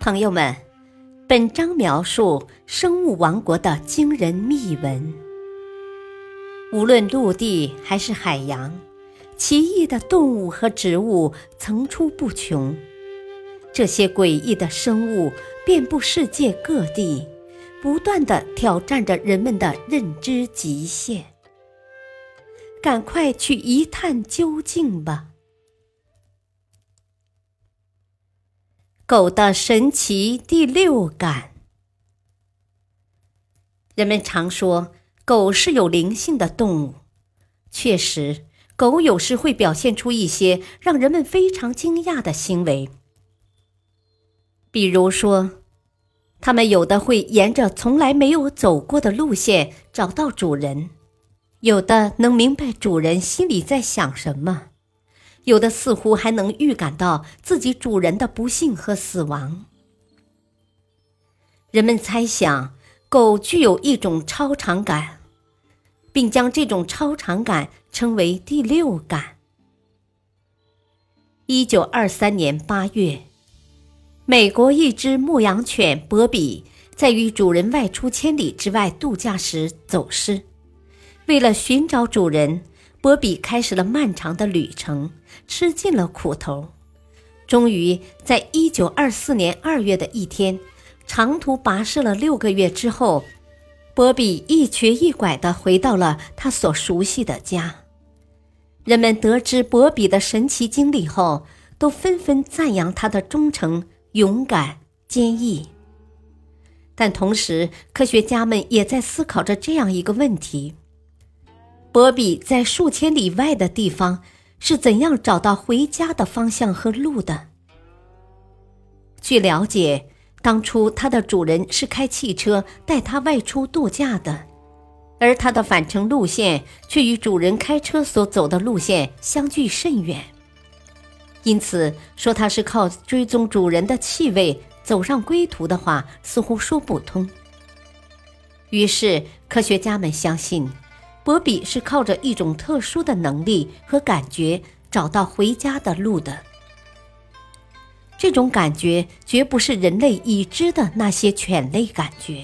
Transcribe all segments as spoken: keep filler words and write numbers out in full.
朋友们，本章描述生物王国的惊人秘闻。无论陆地还是海洋，奇异的动物和植物层出不穷。这些诡异的生物遍布世界各地，不断地挑战着人们的认知极限。赶快去一探究竟吧！狗的神奇第六感。人们常说狗是有灵性的动物，确实，狗有时会表现出一些让人们非常惊讶的行为。比如说，它们有的会沿着从来没有走过的路线找到主人，有的能明白主人心里在想什么，有的似乎还能预感到自己主人的不幸和死亡。人们猜想狗具有一种超常感，并将这种超常感称为第六感。一九二三年八月，美国一只牧羊犬博比在与主人外出千里之外度假时走失。为了寻找主人，博比开始了漫长的旅程，吃尽了苦头。终于在一九二四年二月的一天，长途跋涉了六个月之后，博比一瘸一拐地回到了他所熟悉的家。人们得知博比的神奇经历后，都纷纷赞扬他的忠诚、勇敢、坚毅。但同时，科学家们也在思考着这样一个问题：博比在数千里外的地方是怎样找到回家的方向和路的？据了解，当初他的主人是开汽车带他外出度假的，而他的返程路线却与主人开车所走的路线相距甚远。因此，说他是靠追踪主人的气味走上归途的话，似乎说不通。于是，科学家们相信博比是靠着一种特殊的能力和感觉找到回家的路的。这种感觉绝不是人类已知的那些犬类感觉。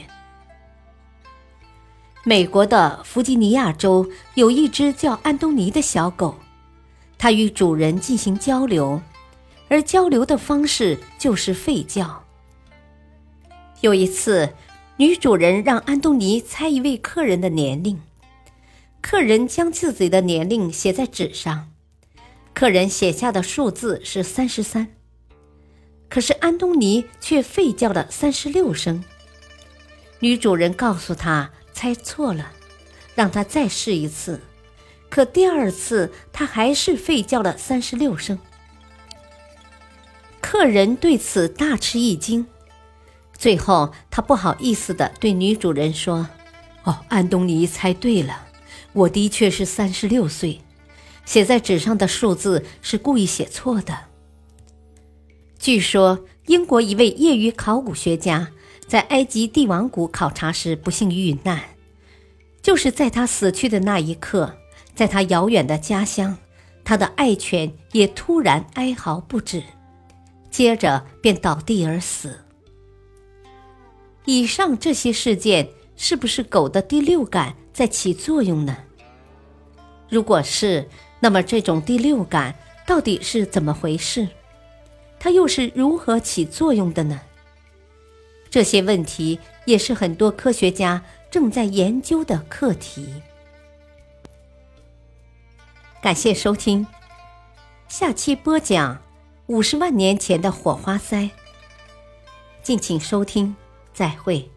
美国的弗吉尼亚州有一只叫安东尼的小狗，它与主人进行交流，而交流的方式就是吠叫。有一次，女主人让安东尼猜一位客人的年龄。客人将自己的年龄写在纸上，客人写下的数字是三十三，可是安东尼却吠叫了三十六声。女主人告诉他猜错了，让他再试一次，可第二次他还是吠叫了三十六声。客人对此大吃一惊，最后他不好意思地对女主人说：哦，安东尼猜对了，我的确是三十六岁，写在纸上的数字是故意写错的。据说，英国一位业余考古学家在埃及帝王谷考察时不幸遇难，就是在他死去的那一刻，在他遥远的家乡，他的爱犬也突然哀嚎不止，接着便倒地而死。以上这些事件，是不是狗的第六感在起作用呢？如果是，那么这种第六感到底是怎么回事？它又是如何起作用的呢？这些问题也是很多科学家正在研究的课题。感谢收听，下期播讲五十万年前的火花塞。敬请收听，再会。